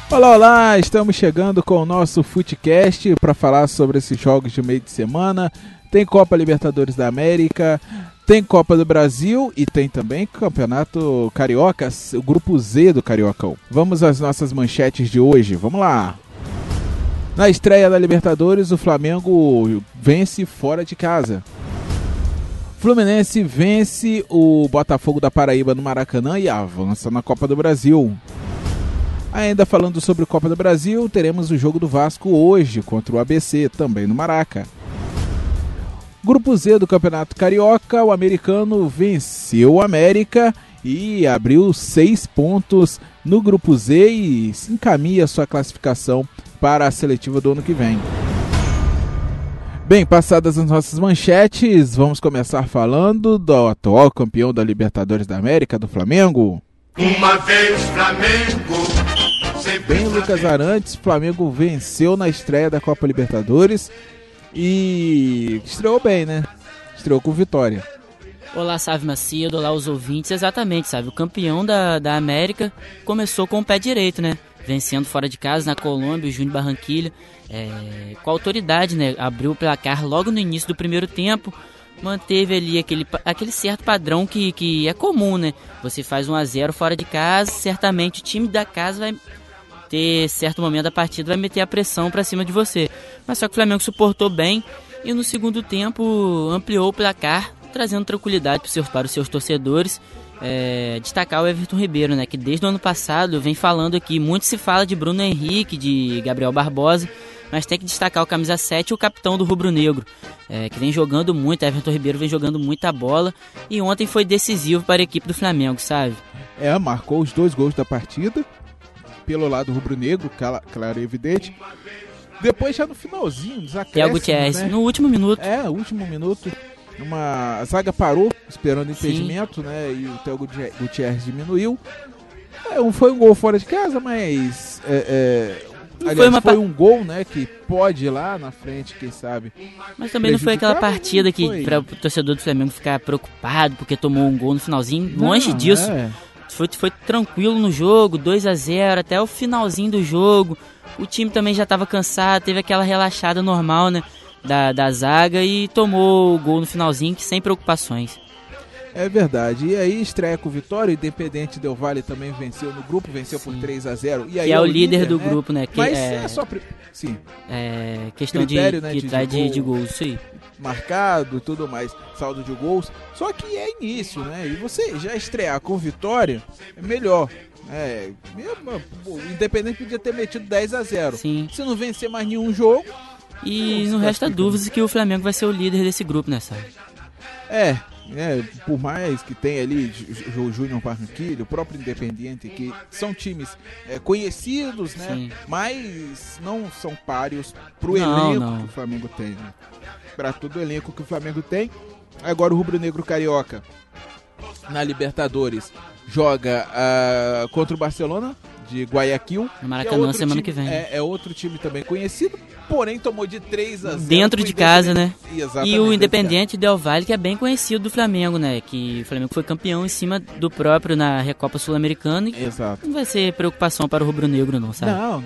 Olá, olá! Estamos chegando com o nosso Futecast para falar sobre esses jogos de meio de semana. Tem Copa Libertadores da América, tem Copa do Brasil e tem também Campeonato Carioca, o Grupo Z do Cariocão. Vamos às nossas manchetes de hoje, vamos lá! Na estreia da Libertadores, o Flamengo vence fora de casa. Fluminense vence o Botafogo da Paraíba no Maracanã e avança na Copa do Brasil. Ainda falando sobre Copa do Brasil, teremos o jogo do Vasco hoje contra o ABC, também no Maraca. Grupo Z do Campeonato Carioca, o americano venceu o América e abriu 6 pontos no Grupo Z e encaminha sua classificação para a seletiva do ano que vem. Bem, passadas as nossas manchetes, vamos começar falando do atual campeão da Libertadores da América, do Flamengo. Uma vez Flamengo. Bem, Lucas Arantes, Flamengo venceu na estreia da Copa Libertadores e estreou bem, né? Estreou com vitória. Olá, Sávio Macedo, olá os ouvintes. Exatamente, sabe? O campeão da América começou com o pé direito, né? Vencendo fora de casa na Colômbia, o Júnior Barranquilla. Com autoridade, né? Abriu o placar logo no início do primeiro tempo. Manteve ali aquele certo padrão que é comum, né? Você faz 1-0 fora de casa, certamente o time da casa vai ter certo momento da partida, vai meter a pressão pra cima de você. Mas só que o Flamengo suportou bem e no segundo tempo ampliou o placar, trazendo tranquilidade para os seus torcedores. Destacar o Everton Ribeiro, né? Que desde o ano passado vem falando aqui, muito se fala de Bruno Henrique, de Gabriel Barbosa, mas tem que destacar o camisa 7, o capitão do Rubro Negro, que vem jogando muito. Everton Ribeiro vem jogando muita bola e ontem foi decisivo para a equipe do Flamengo, sabe? Marcou os 2 gols da partida pelo lado rubro-negro, claro e evidente. Depois já no finalzinho, dos acréscimos, Thiago Gutierrez, né? No último minuto. Último minuto. A zaga parou, esperando impedimento, né? E o Thiago Gutierrez diminuiu. Foi um gol fora de casa, mas... foi um gol, né, que pode ir lá na frente, quem sabe. Mas também não foi aquela partida que para o torcedor do Flamengo ficar preocupado porque tomou um gol no finalzinho. Longe disso. Foi tranquilo no jogo, 2-0 até o finalzinho do jogo. O time também já estava cansado, teve aquela relaxada normal, né, da zaga e tomou o gol no finalzinho sem preocupações. É verdade. E aí estreia com vitória, o Independente Del Valle também venceu no grupo, venceu por 3-0. E aí que é o líder do grupo, né? Mas é só... Sim. Questão critério, de gols, isso aí. Marcado e tudo mais, saldo de gols. Só que é início, né? E você já estrear com vitória é melhor. O Independente podia ter metido 10-0. Sim. Se não vencer mais nenhum jogo... E não resta dúvidas que o Flamengo vai ser o líder desse grupo, né, sabe? Por mais que tenha ali o Júnior Barranquilla, o próprio Independiente, que são times conhecidos, né? Sim. Mas não são páreos pro elenco que o Flamengo tem, né? Para todo o elenco que o Flamengo tem. Agora o Rubro Negro Carioca na Libertadores joga contra o Barcelona de Guayaquil. No Maracanã semana que vem. É outro time também conhecido, porém tomou de 3-0. Dentro de casa, né? Exatamente. E o Independente Del Valle, que é bem conhecido do Flamengo, né? Que o Flamengo foi campeão em cima do próprio na Recopa Sul-Americana. Exato. Não vai ser preocupação para o Rubro Negro, não, sabe? Não.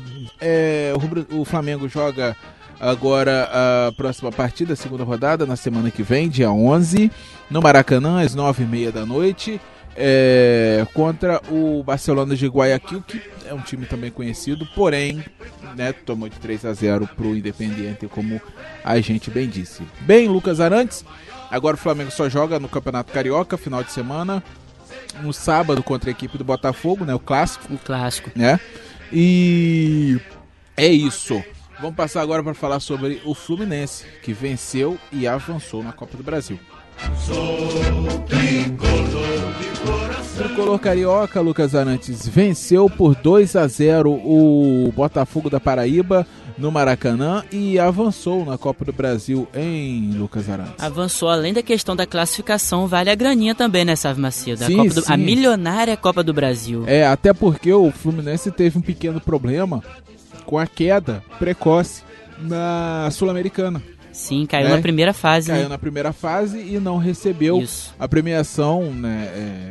O Flamengo joga agora a próxima partida, a segunda rodada, na semana que vem, dia 11, no Maracanã, às 9h30 da noite. Contra o Barcelona de Guayaquil, que é um time também conhecido, porém, né, tomou de 3-0 para o Independiente, como a gente bem disse. Bem, Lucas Arantes, agora o Flamengo só joga no Campeonato Carioca, final de semana, no sábado contra a equipe do Botafogo, né, o clássico. Né? E é isso. Vamos passar agora para falar sobre o Fluminense, que venceu e avançou na Copa do Brasil. Tricolor Carioca, Lucas Arantes, venceu por 2-0 o Botafogo da Paraíba no Maracanã e avançou na Copa do Brasil em Lucas Arantes. Avançou, além da questão da classificação, vale a graninha também, né, Sávio Macedo? Sim, a milionária Copa do Brasil. Até porque o Fluminense teve um pequeno problema com a queda precoce na Sul-Americana. Sim, caiu na primeira fase. Caiu na primeira fase e não recebeu a premiação, né,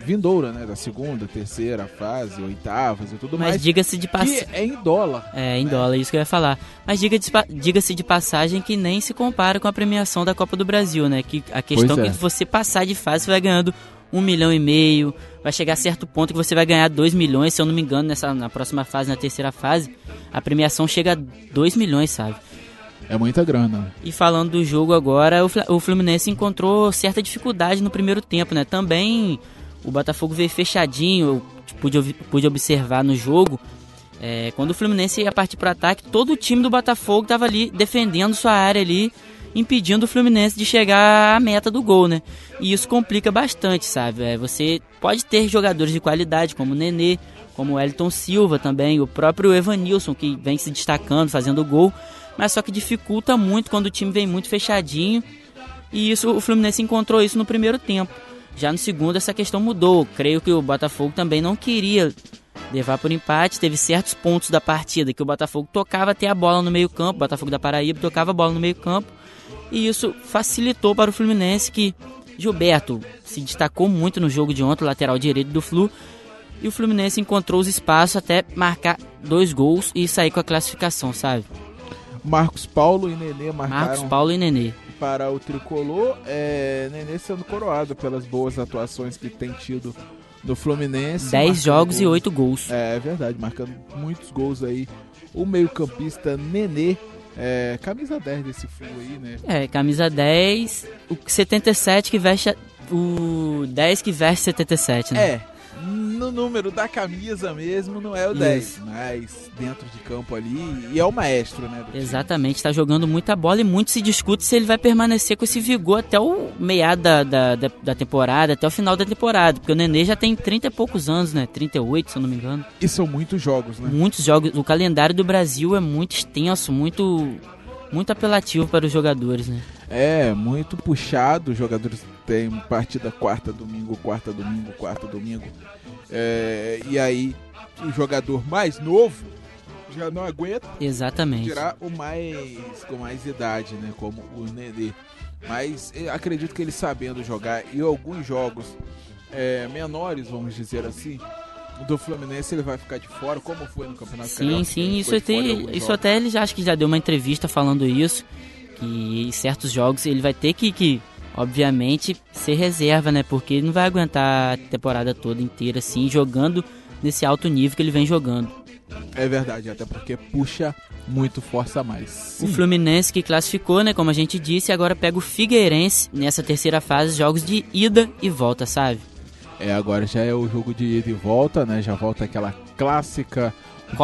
vindoura, né? Da segunda, terceira fase, oitavas e tudo mais. Mas diga-se de passagem... Que é em dólar. É, em dólar, isso que eu ia falar. Mas diga-se de passagem que nem se compara com a premiação da Copa do Brasil, né? Que a questão é que você passar de fase, você vai ganhando 1,5 milhão, vai chegar a certo ponto que você vai ganhar 2 milhões, se eu não me engano, na próxima fase, na terceira fase, a premiação chega a 2 milhões, sabe? É muita grana. E falando do jogo agora, o Fluminense encontrou certa dificuldade no primeiro tempo, né? Também o Botafogo veio fechadinho, eu pude observar no jogo. Quando o Fluminense ia partir para o ataque, todo o time do Botafogo estava ali defendendo sua área ali, impedindo o Fluminense de chegar à meta do gol, né? E isso complica bastante, sabe? Você pode ter jogadores de qualidade, como o Nenê, como o Wellington Silva também, o próprio Evanilson, que vem se destacando, fazendo gol, mas só que dificulta muito quando o time vem muito fechadinho, e isso o Fluminense encontrou isso no primeiro tempo. Já no segundo essa questão mudou, creio que o Botafogo também não queria levar por empate, teve certos pontos da partida que o Botafogo tocava até a bola no meio campo, o Botafogo da Paraíba tocava a bola no meio campo, e isso facilitou para o Fluminense, que Gilberto se destacou muito no jogo de ontem, o lateral direito do Flu, e o Fluminense encontrou os espaços até marcar 2 gols e sair com a classificação, sabe? Marcos Paulo e Nenê marcaram. Marcos Paulo e Nenê. Para o tricolor, Nenê sendo coroado pelas boas atuações que tem tido no Fluminense. 10 jogos e 8 gols. É verdade, marcando muitos gols aí. O meio-campista Nenê, camisa 10 desse Flu aí, né? Camisa 10, o 77 que veste. O 10 que veste 77, né? No número da camisa mesmo não é o 10, mas dentro de campo ali, e é o maestro, né? Exatamente, está jogando muita bola e muito se discute se ele vai permanecer com esse vigor até o meado da temporada, até o final da temporada, porque o Nenê já tem 30 e poucos anos, né? 38, se eu não me engano. E são muitos jogos, né? Muitos jogos, o calendário do Brasil é muito extenso, muito apelativo para os jogadores, né? Muito puxado, os jogadores têm partida quarta, domingo. E aí o jogador mais novo já não aguenta. Exatamente. Tirar o com mais idade, né? Como o Nenê. Mas acredito que ele sabendo jogar, e alguns jogos menores, vamos dizer assim, do Fluminense ele vai ficar de fora, como foi no Campeonato Carioca. Sim, isso até ele acho que já deu uma entrevista falando isso, que em certos jogos ele vai ter que obviamente ser reserva, né? Porque ele não vai aguentar a temporada toda inteira assim, jogando nesse alto nível que ele vem jogando. É verdade, até porque puxa muito, força mais. Sim. O Fluminense que classificou, né? Como a gente disse, agora pega o Figueirense nessa terceira fase, jogos de ida e volta, sabe? Agora já é o jogo de ida e volta, né? Já volta aquela clássica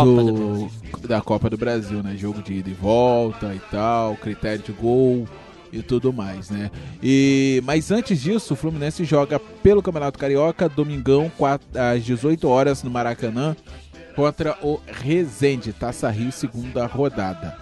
da Copa do Brasil, né? Jogo de ida e volta e tal, critério de gol e tudo mais, né? Mas antes disso, o Fluminense joga pelo Campeonato Carioca, domingão, às 18 horas no Maracanã, contra o Resende, Taça Rio, segunda rodada.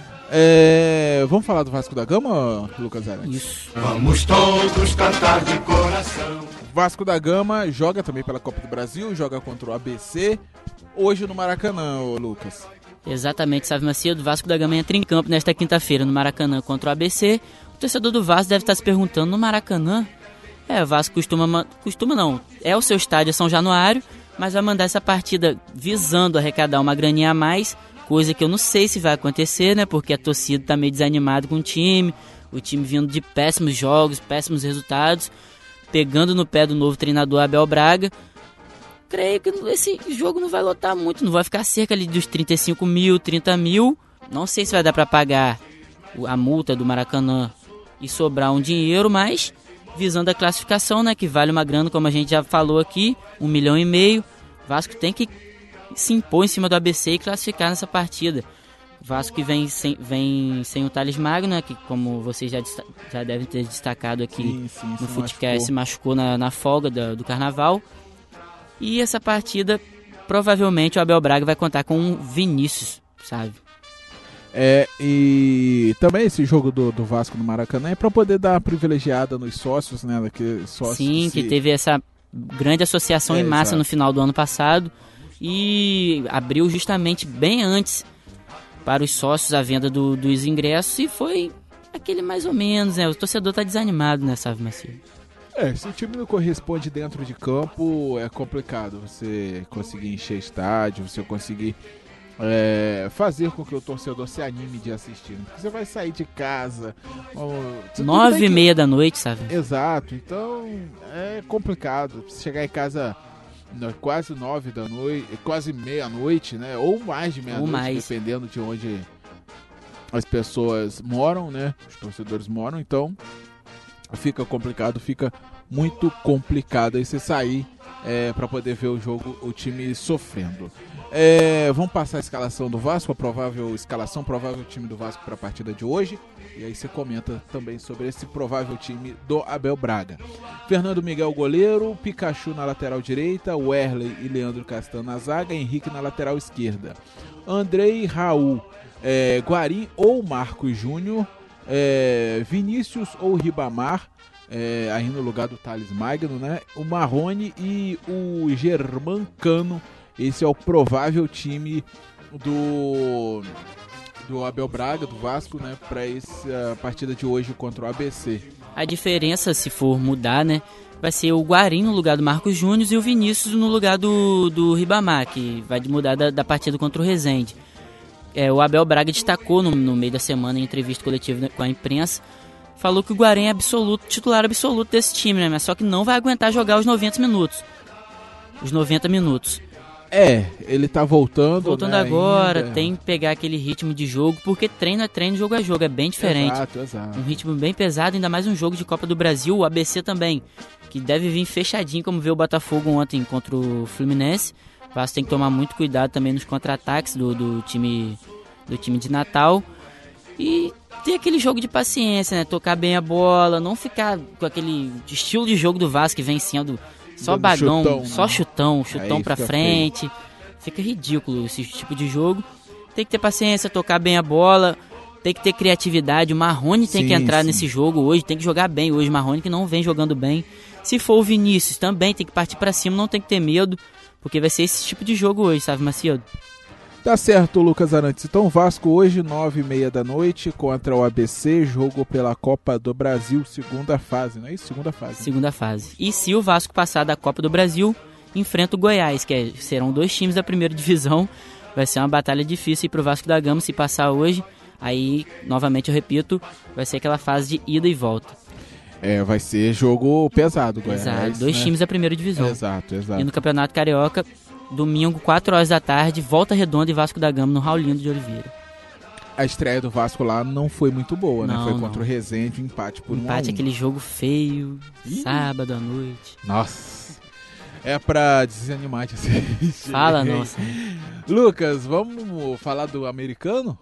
Vamos falar do Vasco da Gama, Lucas Arantes? Isso. Vamos todos cantar de coração. Vasco da Gama joga também pela Copa do Brasil, joga contra o ABC, hoje no Maracanã, Lucas. Exatamente, Sávio Macedo. O Vasco da Gama entra em campo nesta quinta-feira no Maracanã contra o ABC. O torcedor do Vasco deve estar se perguntando, no Maracanã? O Vasco costuma não, é o seu estádio São Januário, mas vai mandar essa partida visando arrecadar uma graninha a mais, coisa que eu não sei se vai acontecer, né? Porque a torcida está meio desanimada com o time vindo de péssimos jogos, péssimos resultados, pegando no pé do novo treinador Abel Braga. Creio que esse jogo não vai lotar muito, não vai ficar cerca ali dos 35 mil, 30 mil. Não sei se vai dar para pagar a multa do Maracanã e sobrar um dinheiro, mas visando a classificação, né, que vale uma grana, como a gente já falou aqui, 1,5 milhão. Vasco tem que se impor em cima do ABC e classificar nessa partida. Vasco que vem sem o Thales Magno, né, que como vocês já devem ter destacado aqui no Footcast, se machucou na folga do Carnaval. E essa partida, provavelmente o Abel Braga vai contar com um Vinícius, sabe? E também esse jogo do Vasco no Maracanã é para poder dar uma privilegiada nos sócios, né? Sim, que teve essa grande associação em massa no final do ano passado e abriu justamente bem antes para os sócios a venda dos ingressos, e foi aquele mais ou menos, né? O torcedor tá desanimado, né, Sávio Macedo? Se o time não corresponde dentro de campo, é complicado você conseguir encher estádio, você conseguir fazer com que o torcedor se anime de assistir. Porque você vai sair de casa 9h30 da noite, sabe? Exato, então é complicado. Você chegar em casa quase 9 da noite, quase meia-noite, né? Ou mais de meia-noite, dependendo de onde as pessoas moram, né? Os torcedores moram, então fica complicado, fica muito complicado aí você sair para poder ver o jogo, o time sofrendo. Vamos passar a escalação do Vasco, a provável time do Vasco para a partida de hoje. E aí você comenta também sobre esse provável time do Abel Braga. Fernando Miguel goleiro, Pikachu na lateral direita, Werley e Leandro Castan na zaga, Henrique na lateral esquerda. Andrei, Raul, Guarim ou Marcos Júnior, Vinícius ou Ribamar, aí no lugar do Thales Magno, né? O Marrone e o Germancano. Esse é o provável time do Abel Braga, do Vasco, né, para essa partida de hoje contra o ABC. A diferença, se for mudar, né, vai ser o Guarim no lugar do Marcos Júnior e o Vinícius no lugar do Ribamar, que vai mudar da partida contra o Resende. O Abel Braga destacou no meio da semana em entrevista coletiva com a imprensa, falou que o Guarim é titular absoluto desse time, né, mas só que não vai aguentar jogar os 90 minutos. Ele tá voltando, né, agora, ainda. Tem que pegar aquele ritmo de jogo, porque treino é treino, jogo é jogo, é bem diferente. Exato. Um ritmo bem pesado, ainda mais um jogo de Copa do Brasil, o ABC também, que deve vir fechadinho, como veio o Botafogo ontem contra o Fluminense. O Vasco tem que tomar muito cuidado também nos contra-ataques do time de Natal. E ter aquele jogo de paciência, né? Tocar bem a bola, não ficar com aquele estilo de jogo do Vasco que vem sendo só bagão, chutão, só né? chutão pra frente. Feio. Fica ridículo esse tipo de jogo. Tem que ter paciência, tocar bem a bola, tem que ter criatividade. O Marrone tem que entrar nesse jogo hoje, tem que jogar bem hoje. O Marrone que não vem jogando bem. Se for o Vinícius, também tem que partir pra cima, não tem que ter medo, porque vai ser esse tipo de jogo hoje, sabe, Macedo? Tá certo, Lucas Arantes. Então, Vasco hoje, 9h30 da noite, contra o ABC, jogo pela Copa do Brasil, segunda fase, não é isso? Segunda fase. E se o Vasco passar da Copa do Brasil, enfrenta o Goiás, serão 2 times da primeira divisão. Vai ser uma batalha difícil pro Vasco da Gama se passar hoje. Aí, novamente eu repito, vai ser aquela fase de ida e volta. Vai ser jogo pesado, Goiás. Exato, 2 times da primeira divisão. Exato. E no Campeonato Carioca, domingo, 4 horas da tarde, Volta Redonda e Vasco da Gama no Raulindo de Oliveira. A estreia do Vasco lá não foi muito boa, né? Foi contra o Resende, um empate por 1-1. Aquele jogo feio, sábado à noite. Nossa, é pra desanimar de assistir. Fala, nossa. Lucas, vamos falar do americano?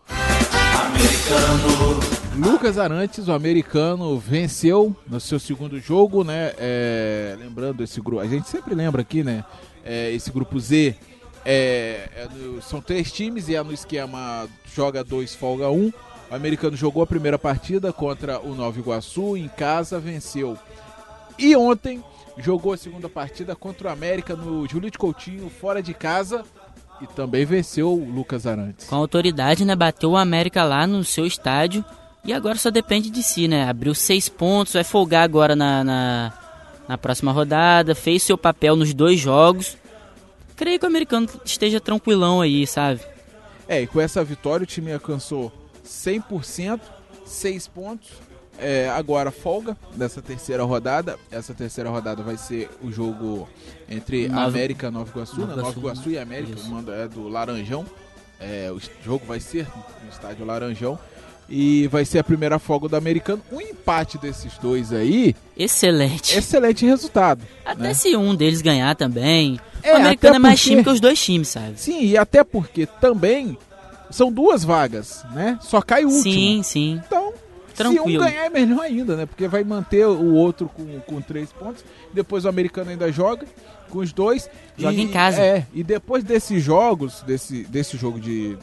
Lucas Arantes, o americano, venceu no seu segundo jogo, né? Lembrando esse grupo, a gente sempre lembra aqui, né? Esse grupo Z são 3 times e é no esquema joga 2, folga 1. O americano jogou a primeira partida contra o Nova Iguaçu, em casa venceu. E ontem jogou a segunda partida contra o América no Julito Coutinho, fora de casa, e também venceu o Lucas Arantes. Com autoridade, né? Bateu o América lá no seu estádio e agora só depende de si, né? Abriu 6 pontos, vai folgar agora na próxima rodada, fez seu papel nos 2 jogos. Creio que o americano esteja tranquilão aí, sabe? E com essa vitória o time alcançou 100%, 6 pontos. Agora folga dessa terceira rodada. Essa terceira rodada vai ser o jogo entre América e Nova Iguaçu, Nova Iguaçu e América. O mando é do Laranjão. O jogo vai ser no estádio Laranjão. E vai ser a primeira folga do americano. Um empate desses 2 aí. Excelente resultado. Até se um deles ganhar também. O americano é mais time que os 2 times, sabe? Sim, e até porque também são 2 vagas, né? Só cai o último. Sim. Então, tranquilo. Se um ganhar é melhor ainda, né? Porque vai manter o outro com 3 pontos. Depois o americano ainda joga com os 2. Joga em casa. E depois desses jogos, desse jogo do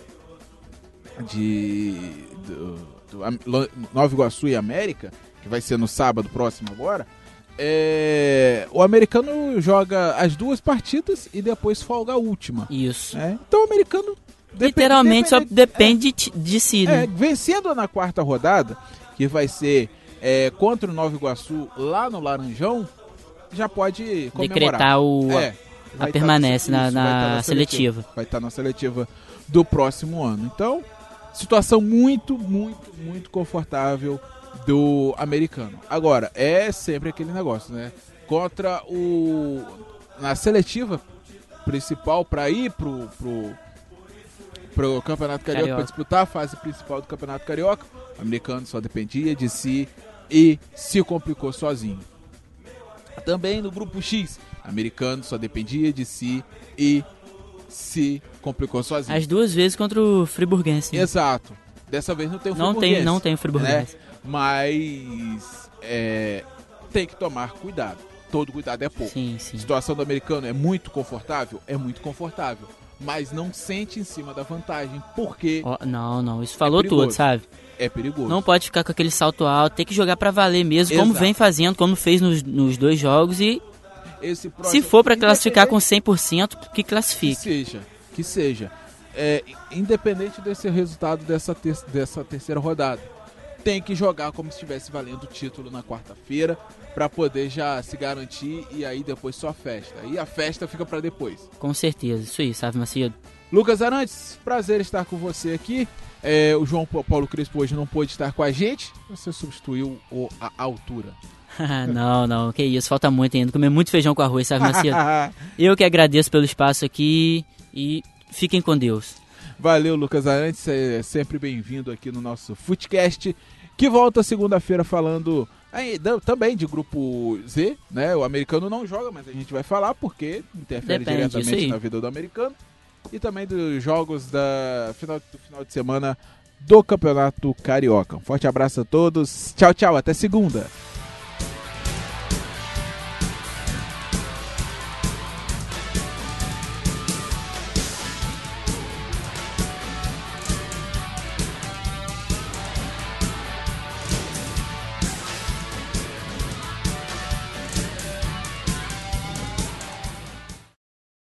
Nova Iguaçu e América, que vai ser no sábado próximo agora, o americano joga as 2 partidas e depois folga a última. Isso. Então o americano literalmente só depende de si, né? Vencendo na 4ª rodada, que vai ser contra o Nova Iguaçu lá no Laranjão, já pode comemorar. Decretar a permanência na seletiva. Vai estar na seletiva do próximo ano. Então, situação muito, muito, muito confortável do americano. Agora, é sempre aquele negócio, né? Na seletiva principal, para ir pro Campeonato Carioca, para disputar a fase principal do Campeonato Carioca, o americano só dependia de si e se complicou sozinho. Também no grupo X, o americano só dependia de si e se complicou sozinho. As duas vezes contra o Friburguense. Exato. Dessa vez não tem o Friburguense. Não tem o Friburguense. Né? Mas tem que tomar cuidado. Todo cuidado é pouco. Sim. A situação do americano é muito confortável? É muito confortável. Mas não sente em cima da vantagem, porque... Não, isso falou tudo, sabe? É perigoso. Não pode ficar com aquele salto alto, tem que jogar pra valer mesmo, como vem fazendo, como fez nos 2 jogos e... Se for pra classificar com 100%, que classifique. Que seja. Independente desse resultado dessa terceira rodada, tem que jogar como se estivesse valendo o título na quarta-feira, para poder já se garantir e aí depois só festa. E a festa fica para depois. Com certeza, isso aí, Sávio Macedo. Lucas Arantes, prazer estar com você aqui. O João Paulo Crespo hoje não pôde estar com a gente. Você substituiu a altura. Não, que isso, falta muito ainda. Comer muito feijão com arroz, Sávio Macedo. Eu que agradeço pelo espaço aqui e fiquem com Deus. Valeu, Lucas Arantes, é sempre bem-vindo aqui no nosso Footcast, que volta segunda-feira falando também de grupo Z, né? O americano não joga, mas a gente vai falar porque interfere diretamente na vida do americano. E também dos jogos do final de semana do Campeonato Carioca. Um forte abraço a todos. Tchau, até segunda.